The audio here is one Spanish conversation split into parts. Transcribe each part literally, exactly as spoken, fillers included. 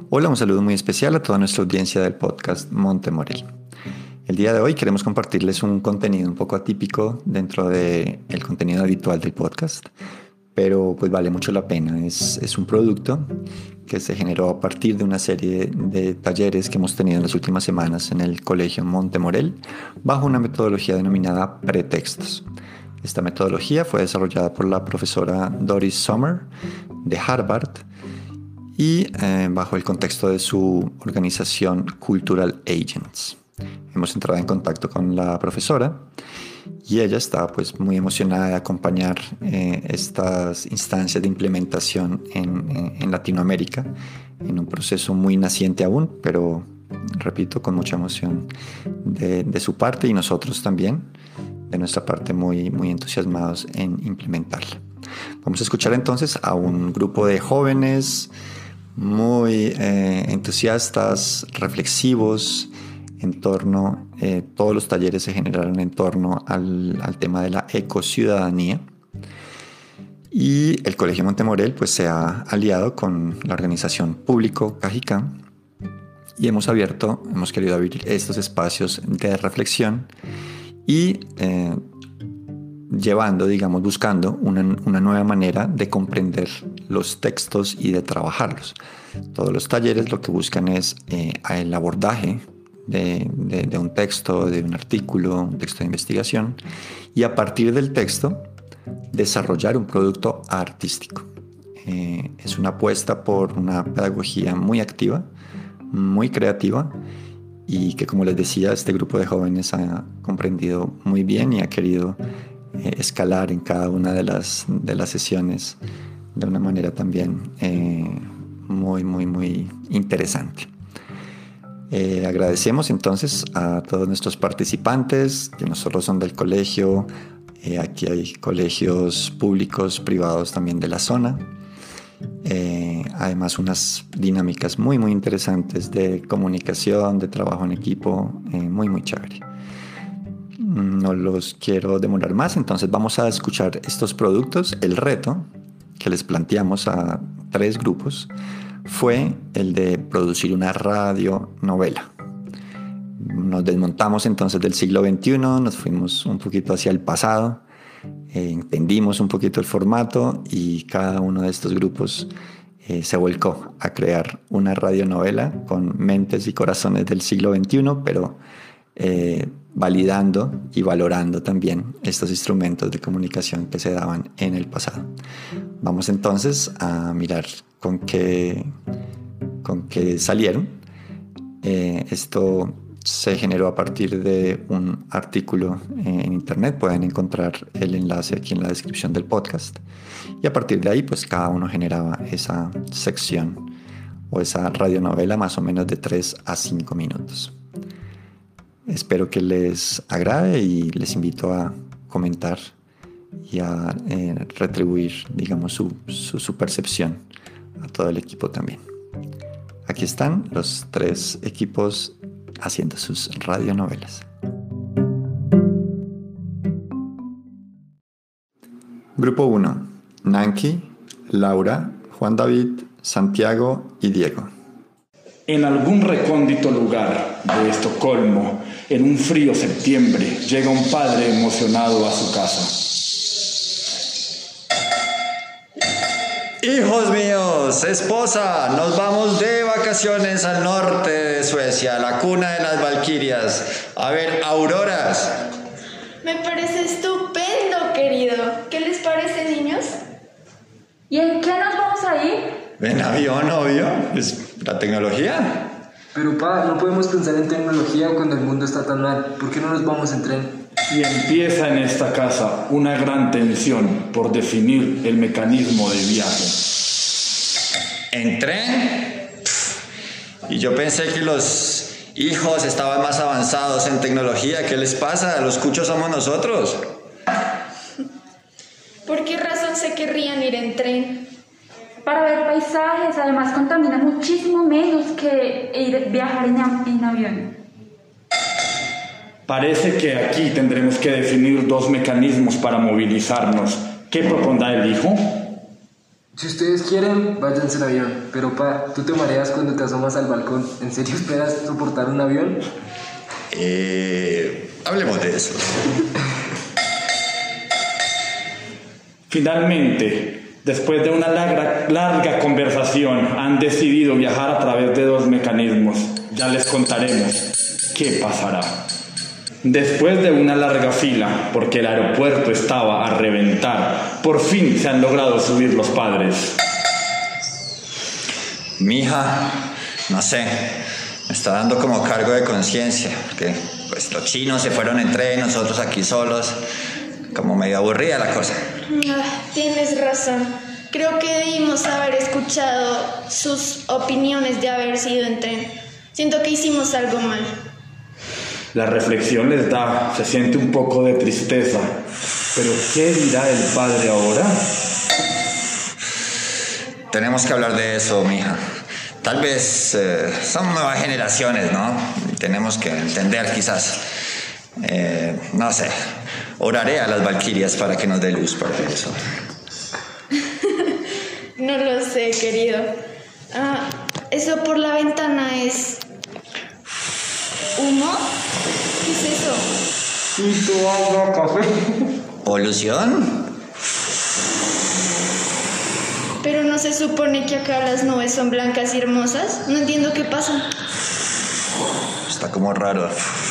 Hola, un saludo muy especial a toda nuestra audiencia del podcast Monte Morel. El día de hoy queremos compartirles un contenido un poco atípico dentro del contenido habitual del podcast, pero pues vale mucho la pena. Es, es un producto que se generó a partir de una serie de talleres que hemos tenido en las últimas semanas en el Colegio Monte Morel bajo una metodología denominada pretextos. Esta metodología fue desarrollada por la profesora Doris Sommer de Harvard y eh, bajo el contexto de su organización Cultural Agents. Hemos entrado en contacto con la profesora y ella está pues muy emocionada de acompañar eh, estas instancias de implementación en, en, en Latinoamérica, en un proceso muy naciente aún, pero repito, con mucha emoción de, de su parte y nosotros también, de nuestra parte, muy, muy entusiasmados en implementarla. Vamos a escuchar entonces a un grupo de jóvenes muy eh, entusiastas, reflexivos, en torno, eh, todos los talleres se generaron en torno al, al tema de la ecociudadanía. Y el Colegio Monte Morel pues, se ha aliado con la organización Público Cajicá y hemos abierto, hemos querido abrir estos espacios de reflexión y eh, llevando, digamos, buscando una, una nueva manera de comprender los textos y de trabajarlos. Todos los talleres lo que buscan es eh, el abordaje de, de, de un texto, de un artículo, un texto de investigación, y a partir del texto desarrollar un producto artístico. Eh, es una apuesta por una pedagogía muy activa, muy creativa, y que, como les decía, este grupo de jóvenes ha comprendido muy bien y ha querido eh, escalar en cada una de las, de las sesiones de una manera también eh, muy, muy, muy interesante. Eh, agradecemos entonces a todos nuestros participantes, que no solo son del colegio, eh, aquí hay colegios públicos, privados también de la zona. Eh, además, unas dinámicas muy, muy interesantes de comunicación, de trabajo en equipo, eh, muy, muy chévere. No los quiero demorar más, entonces vamos a escuchar estos productos. El reto que les planteamos a tres grupos fue el de producir una radionovela. Nos desmontamos entonces del siglo veintiuno, nos fuimos un poquito hacia el pasado, eh, entendimos un poquito el formato y cada uno de estos grupos eh, se volcó a crear una radionovela con mentes y corazones del siglo veintiuno, pero eh, validando y valorando también estos instrumentos de comunicación que se daban en el pasado. Vamos entonces a mirar con qué, con qué salieron. Eh, esto se generó a partir de un artículo en internet. Pueden encontrar el enlace aquí en la descripción del podcast. Y a partir de ahí, pues cada uno generaba esa sección o esa radionovela más o menos de tres a cinco minutos. Espero que les agrade y les invito a comentar y a eh, retribuir, digamos, su, su, su percepción a todo el equipo también. Aquí están los tres equipos haciendo sus radionovelas. Grupo uno. Nanki, Laura, Juan David, Santiago y Diego. En algún recóndito lugar de Estocolmo, en un frío septiembre, llega un padre emocionado a su casa. Hijos míos, esposa, nos vamos de vacaciones al norte de Suecia, la cuna de las valquirias, a ver auroras. Me parece estupendo, querido. ¿Qué les parece, niños? ¿Y en qué nos vamos a ir? En avión, obvio, es la tecnología. Pero pa, no podemos pensar en tecnología cuando el mundo está tan mal. ¿Por qué no nos vamos en tren? Y empieza en esta casa una gran tensión por definir el mecanismo del viaje. ¿En tren? Y yo pensé que los hijos estaban más avanzados en tecnología. ¿Qué les pasa? Los cuchos somos nosotros. ¿Por qué razón se querrían ir en tren? Para ver paisajes, además contamina muchísimo menos que ir, viajar en, en avión. Parece que aquí tendremos que definir dos mecanismos para movilizarnos. ¿Qué propondrá el hijo? Si ustedes quieren, váyanse en avión. Pero pa, ¿tú te mareas cuando te asomas al balcón? ¿En serio esperas soportar un avión? Eh, hablemos de eso. Finalmente, después de una larga, larga conversación, han decidido viajar a través de dos mecanismos. Ya les contaremos qué pasará. Después de una larga fila, porque el aeropuerto estaba a reventar, por fin se han logrado subir los padres. Mija, no sé, me está dando como cargo de conciencia, porque pues los chinos se fueron en tren, nosotros aquí solos, como medio aburrida la cosa. Ah, tienes razón. Creo que debimos haber escuchado sus opiniones de haber sido en tren. Siento que hicimos algo mal. La reflexión les da, se siente un poco de tristeza. Pero ¿qué dirá el padre ahora? Tenemos que hablar de eso, mija. Tal vez eh, son nuevas generaciones, ¿no? Y tenemos que entender quizás. Eh, no sé. Oraré a las valquirias para que nos dé luz para eso. No lo sé, querido. Ah, eso por la ventana es... ¿humo? ¿Qué es eso? ¿Y tu agua, café? ¿Polución? Pero no se supone que acá las nubes son blancas y hermosas. No entiendo qué pasa. Está como raro.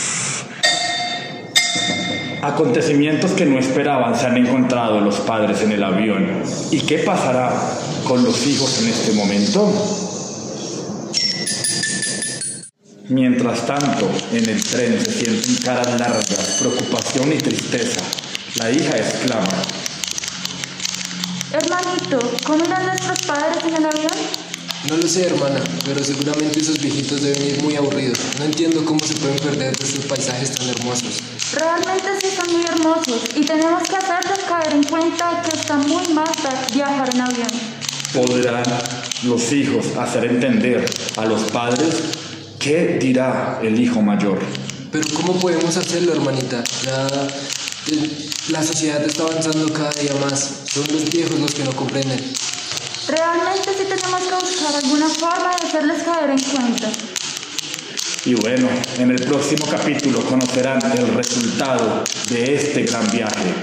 Acontecimientos que no esperaban se han encontrado los padres en el avión. ¿Y qué pasará con los hijos en este momento? Mientras tanto, en el tren se sienten caras largas, preocupación y tristeza. La hija exclama: Hermanito, ¿cómo irán nuestros padres en el avión? No lo sé, hermana, pero seguramente esos viejitos deben ir muy aburridos. No entiendo cómo se pueden perder de estos paisajes tan hermosos. Realmente sí son muy hermosos y tenemos que hacerles caer en cuenta que está muy mal viajar en avión. ¿Podrán los hijos hacer entender a los padres qué dirá el hijo mayor? Pero ¿cómo podemos hacerlo, hermanita? La, la sociedad está avanzando cada día más. Son los viejos los que no comprenden. Realmente sí tenemos que buscar alguna forma de hacerles caer en cuenta. Y bueno, en el próximo capítulo conocerán el resultado de este gran viaje.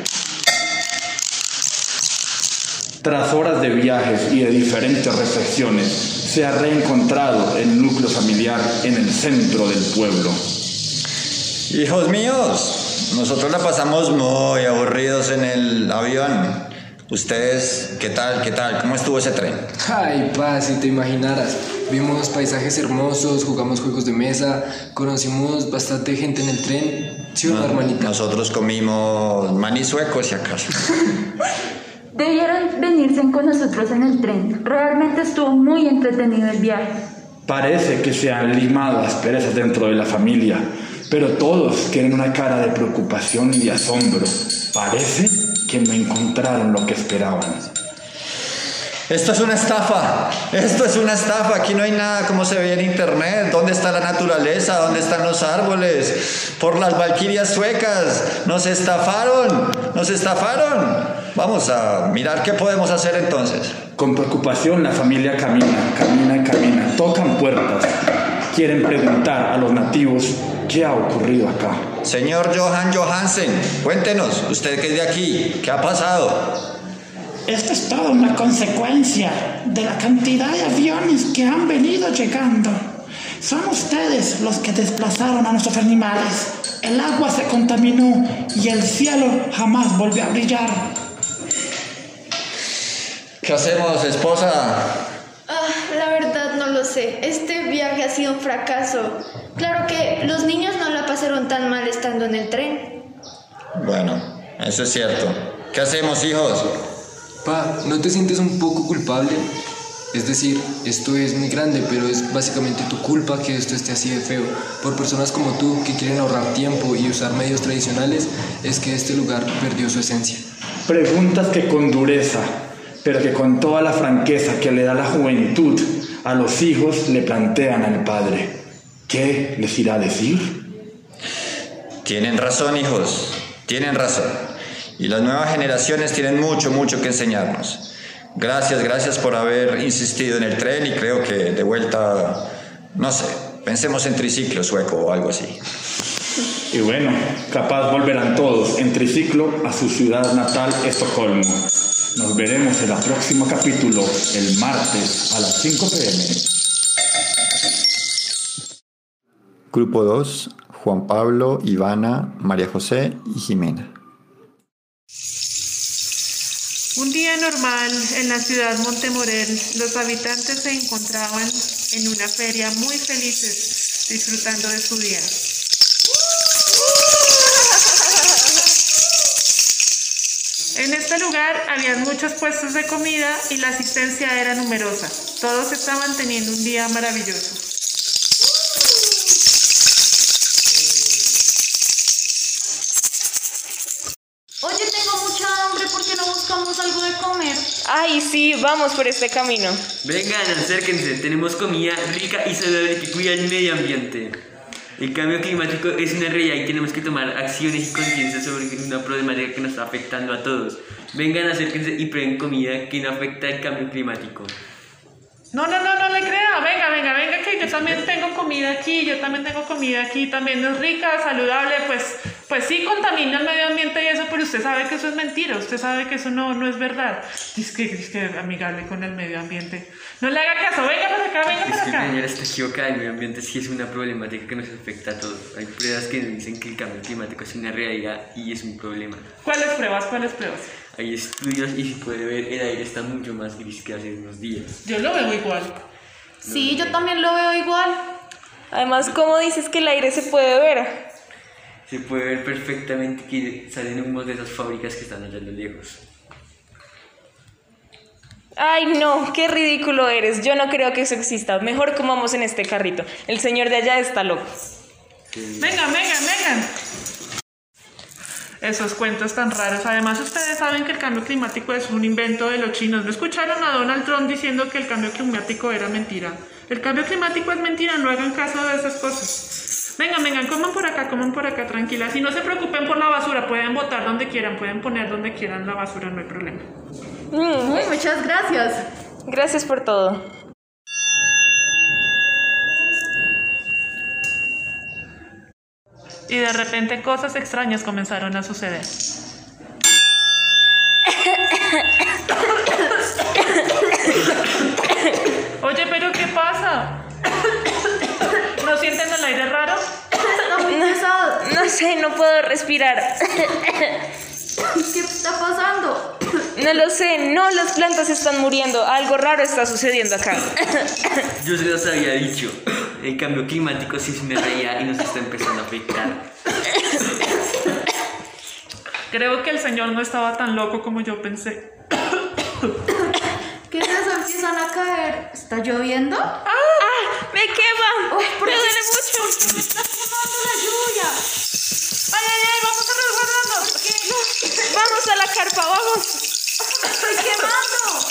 Tras horas de viajes y de diferentes reflexiones, se ha reencontrado el núcleo familiar en el centro del pueblo. Hijos míos, nosotros la pasamos muy aburridos en el avión. ¿Ustedes qué tal, qué tal? ¿Cómo estuvo ese tren? Ay, pa, si te imaginaras. Vimos paisajes hermosos, jugamos juegos de mesa, conocimos bastante gente en el tren. ¿Sí o no, hermanita? Nosotros comimos maní sueco, si acaso. Debieron venirse con nosotros en el tren. Realmente estuvo muy entretenido el viaje. Parece que se han limado asperezas dentro de la familia, pero todos tienen una cara de preocupación y de asombro. Parece que no encontraron lo que esperaban. Esto es una estafa, esto es una estafa, aquí no hay nada como se ve en internet. ¿Dónde está la naturaleza? ¿Dónde están los árboles? Por las valquirias suecas, nos estafaron, nos estafaron. Vamos a mirar qué podemos hacer entonces. Con preocupación la familia camina, camina y camina, tocan puertas. Quieren preguntar a los nativos qué ha ocurrido acá. Señor Johan Johansen, cuéntenos, usted que es de aquí, ¿qué ha pasado? Esto es toda una consecuencia de la cantidad de aviones que han venido llegando. Son ustedes los que desplazaron a nuestros animales. El agua se contaminó y el cielo jamás volvió a brillar. ¿Qué hacemos, esposa? Ah, la verdad no lo sé. Este viaje ha sido un fracaso. Claro que los niños no la pasaron tan mal estando en el tren. Bueno, eso es cierto. ¿Qué hacemos, hijos? Pa, ¿no te sientes un poco culpable? Es decir, esto es muy grande, pero es básicamente tu culpa que esto esté así de feo. Por personas como tú que quieren ahorrar tiempo y usar medios tradicionales, es que este lugar perdió su esencia. Preguntas que con dureza, pero que con toda la franqueza que le da la juventud a los hijos le plantean al padre. ¿Qué les irá a decir? Tienen razón, hijos, tienen razón. Y las nuevas generaciones tienen mucho, mucho que enseñarnos. Gracias, gracias por haber insistido en el tren y creo que de vuelta, no sé, pensemos en triciclo sueco o algo así. Y bueno, capaz volverán todos en triciclo a su ciudad natal, Estocolmo. Nos veremos en el próximo capítulo, el martes a las cinco pe eme. Grupo dos, Juan Pablo, Ivana, María José y Jimena. Un día normal en la ciudad Montemorel, los habitantes se encontraban en una feria muy felices, disfrutando de su día. En este lugar había muchos puestos de comida y la asistencia era numerosa. Todos estaban teniendo un día maravilloso. Oye, tengo mucha hambre, ¿por qué no buscamos algo de comer? Ay, sí, vamos por este camino. Vengan, acérquense, tenemos comida rica y saludable que cuida el medio ambiente. El cambio climático es una realidad y tenemos que tomar acciones y conciencia sobre una problemática que nos está afectando a todos. Vengan, acérquense y prueben comida que no afecta el cambio climático. No, no, no, no le crea. Venga, venga, venga, que yo también tengo comida aquí, yo también tengo comida aquí, también es rica, saludable, pues, pues sí contamina el medio ambiente y eso, pero usted sabe que eso es mentira, usted sabe que eso no, no es verdad. Dice que, dice que amigable con el medio ambiente. No le haga caso, venga para acá, venga para acá. Señora, está equivocada, el medio ambiente sí es una problemática que nos afecta a todos. Hay pruebas que nos dicen que el cambio climático es una realidad y es un problema. ¿Cuáles pruebas? ¿Cuáles pruebas? Hay estudios y se puede ver, el aire está mucho más gris que hace unos días. Yo lo veo igual. Sí, yo también lo veo igual. Además, ¿cómo dices que el aire se puede ver? Se puede ver perfectamente que salen humos de esas fábricas que están allá a lo lejos. Ay, no, qué ridículo eres. Yo no creo que eso exista. Mejor comamos en este carrito. El señor de allá está loco. Sí. Vengan, vengan, vengan. Esos cuentos tan raros. Además, ustedes saben que el cambio climático es un invento de los chinos. ¿No escucharon a Donald Trump diciendo que el cambio climático era mentira? El cambio climático es mentira, no hagan caso de esas cosas. Vengan, vengan, coman por acá, coman por acá, tranquilas. Y no se preocupen por la basura, pueden botar donde quieran, pueden poner donde quieran la basura, no hay problema. Mm, Uy, muchas gracias. Gracias por todo. Y de repente cosas extrañas comenzaron a suceder. Oye, ¿pero qué pasa? ¿No sienten el aire raro? Está muy pesado. No sé, no puedo respirar. ¿Qué está pasando? No lo sé, no, las plantas están muriendo. Algo raro está sucediendo acá. Yo se los había dicho. El cambio climático sí es una realidad y nos está empezando a afectar. Creo que el señor no estaba tan loco como yo pensé. ¿Qué es eso? Empiezan a caer. ¿Está lloviendo? ¡Ah! ¡Ah! ¡Me quema! Uy, ¡Me duele mucho! ¡Me está quemando la lluvia! ¡Ay, ay, ay! ¡Vamos a resguardarnos! ¿Qué? ¡Vamos a la carpa, vamos! ¡Estoy quemando!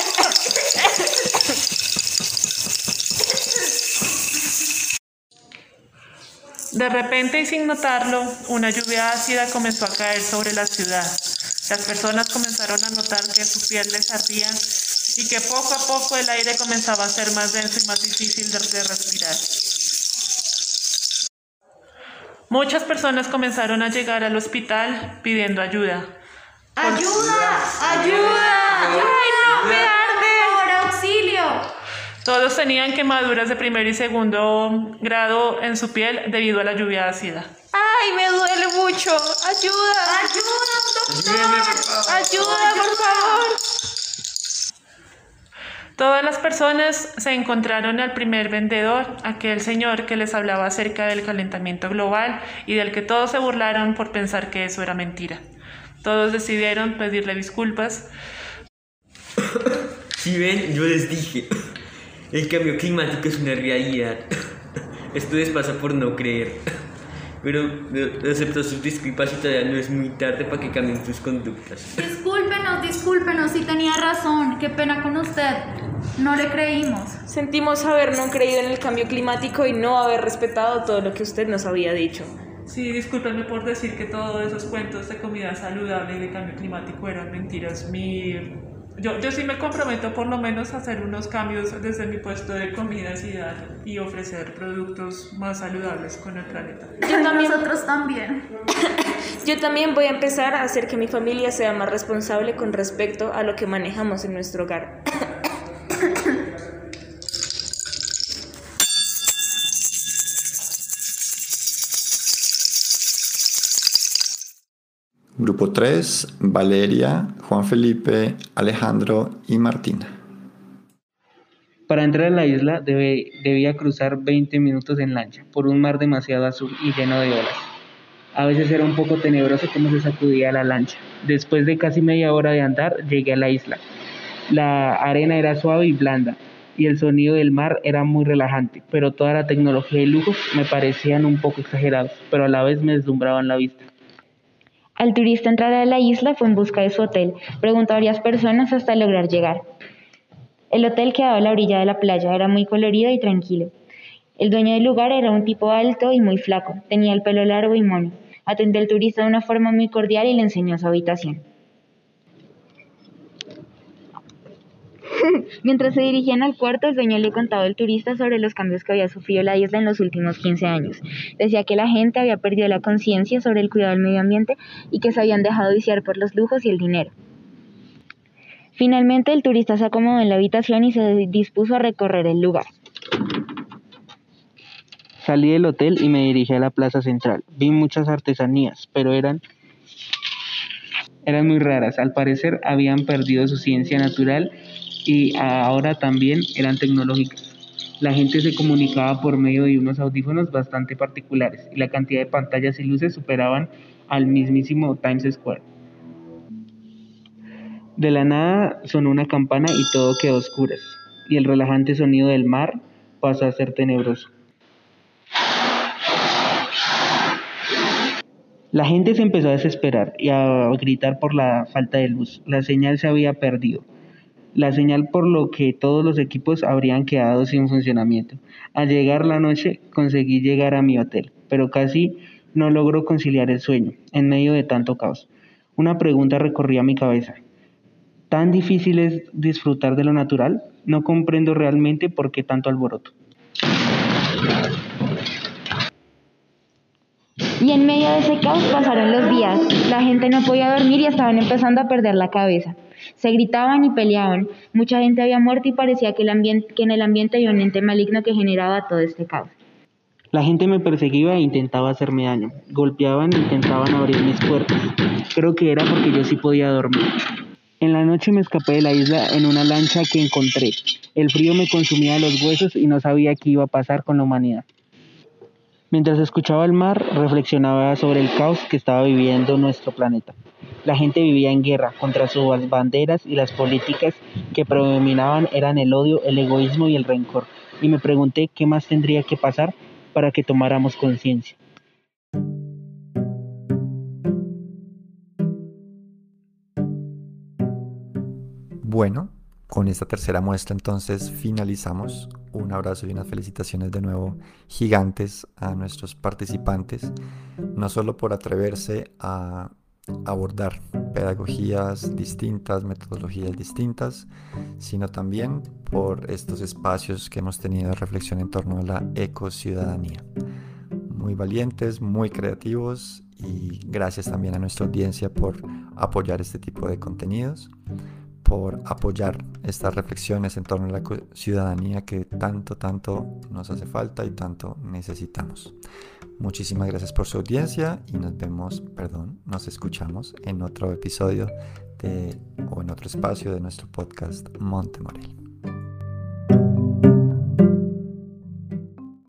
De repente y sin notarlo, una lluvia ácida comenzó a caer sobre la ciudad. Las personas comenzaron a notar que su piel les ardía y que poco a poco el aire comenzaba a ser más denso y más difícil de, de respirar. Muchas personas comenzaron a llegar al hospital pidiendo ayuda. ¡Ayuda! ¡Ayuda! ¡Ay, no! ¡Me arde! ¡Por favor, auxilio! Todos tenían quemaduras de primer y segundo grado en su piel debido a la lluvia ácida. ¡Ay, me duele mucho! ¡Ayuda! ¡Ayuda, doctor! ¡Ayuda, por favor! Todas las personas se encontraron al primer vendedor, aquel señor que les hablaba acerca del calentamiento global y del que todos se burlaron por pensar que eso era mentira. Todos decidieron pedirle disculpas. Si ven, yo les dije, el cambio climático es una realidad. Esto les pasa por no creer. Pero acepto sus disculpas y todavía no es muy tarde para que cambien sus conductas. Discúlpenos, discúlpenos, sí tenía razón. Qué pena con usted. No le creímos. Sentimos haber no creído en el cambio climático y no haber respetado todo lo que usted nos había dicho. Sí, discúlpenme por decir que todos esos cuentos de comida saludable y de cambio climático eran mentiras. Mi Yo, yo sí me comprometo por lo menos a hacer unos cambios desde mi puesto de comidas y dar y ofrecer productos más saludables con el planeta. Yo también. Nosotros también. Yo también voy a empezar a hacer que mi familia sea más responsable con respecto a lo que manejamos en nuestro hogar. Grupo tres, Valeria, Juan Felipe, Alejandro y Martina. Para entrar a la isla debe, debía cruzar veinte minutos en lancha por un mar demasiado azul y lleno de olas. A veces era un poco tenebroso cómo se sacudía la lancha. Después de casi media hora de andar llegué a la isla. La arena era suave y blanda y el sonido del mar era muy relajante, pero toda la tecnología y lujos me parecían un poco exagerados, pero a la vez me deslumbraban la vista. Al turista entrar a la isla fue en busca de su hotel, preguntó a varias personas hasta lograr llegar. El hotel quedaba a la orilla de la playa, era muy colorido y tranquilo. El dueño del lugar era un tipo alto y muy flaco, tenía el pelo largo y mono. Atendió al turista de una forma muy cordial y le enseñó su habitación. Mientras se dirigían al cuarto, el dueño le contaba al turista sobre los cambios que había sufrido la isla en los últimos quince años. Decía que la gente había perdido la conciencia sobre el cuidado del medio ambiente y que se habían dejado viciar por los lujos y el dinero. Finalmente, el turista se acomodó en la habitación y se dispuso a recorrer el lugar. Salí del hotel y me dirigí a la plaza central. Vi muchas artesanías, pero eran, eran muy raras. Al parecer habían perdido su ciencia natural y ahora también eran tecnológicas. La gente se comunicaba por medio de unos audífonos bastante particulares y la cantidad de pantallas y luces superaban al mismísimo Times Square. De la nada sonó una campana y todo quedó a oscuras, y el relajante sonido del mar pasó a ser tenebroso. La gente se empezó a desesperar y a gritar por la falta de luz. La señal se había perdido. La señal por lo que todos los equipos habrían quedado sin funcionamiento. Al llegar la noche conseguí llegar a mi hotel, pero casi no logro conciliar el sueño en medio de tanto caos. Una pregunta recorría mi cabeza. ¿Tan difícil es disfrutar de lo natural? No comprendo realmente por qué tanto alboroto. Y en medio de ese caos pasaron los días. La gente no podía dormir y estaban empezando a perder la cabeza. Se gritaban y peleaban. Mucha gente había muerto y parecía que, el ambiente, que en el ambiente había un ente maligno que generaba todo este caos. La gente me perseguía e intentaba hacerme daño. Golpeaban e intentaban abrir mis puertas. Creo que era porque yo sí podía dormir. En la noche me escapé de la isla en una lancha que encontré. El frío me consumía los huesos y no sabía qué iba a pasar con la humanidad. Mientras escuchaba el mar, reflexionaba sobre el caos que estaba viviendo nuestro planeta. La gente vivía en guerra contra sus banderas y las políticas que predominaban eran el odio, el egoísmo y el rencor. Y me pregunté qué más tendría que pasar para que tomáramos conciencia. Bueno, con esta tercera muestra entonces finalizamos. Un abrazo y unas felicitaciones de nuevo gigantes a nuestros participantes, no solo por atreverse a abordar pedagogías distintas, metodologías distintas, sino también por estos espacios que hemos tenido de reflexión en torno a la ecociudadanía. Muy valientes, muy creativos, y gracias también a nuestra audiencia por apoyar este tipo de contenidos, por apoyar estas reflexiones en torno a la ciudadanía que tanto, tanto nos hace falta y tanto necesitamos. Muchísimas gracias por su audiencia y nos vemos, perdón, nos escuchamos en otro episodio de, o en otro espacio de nuestro podcast Monte Morel.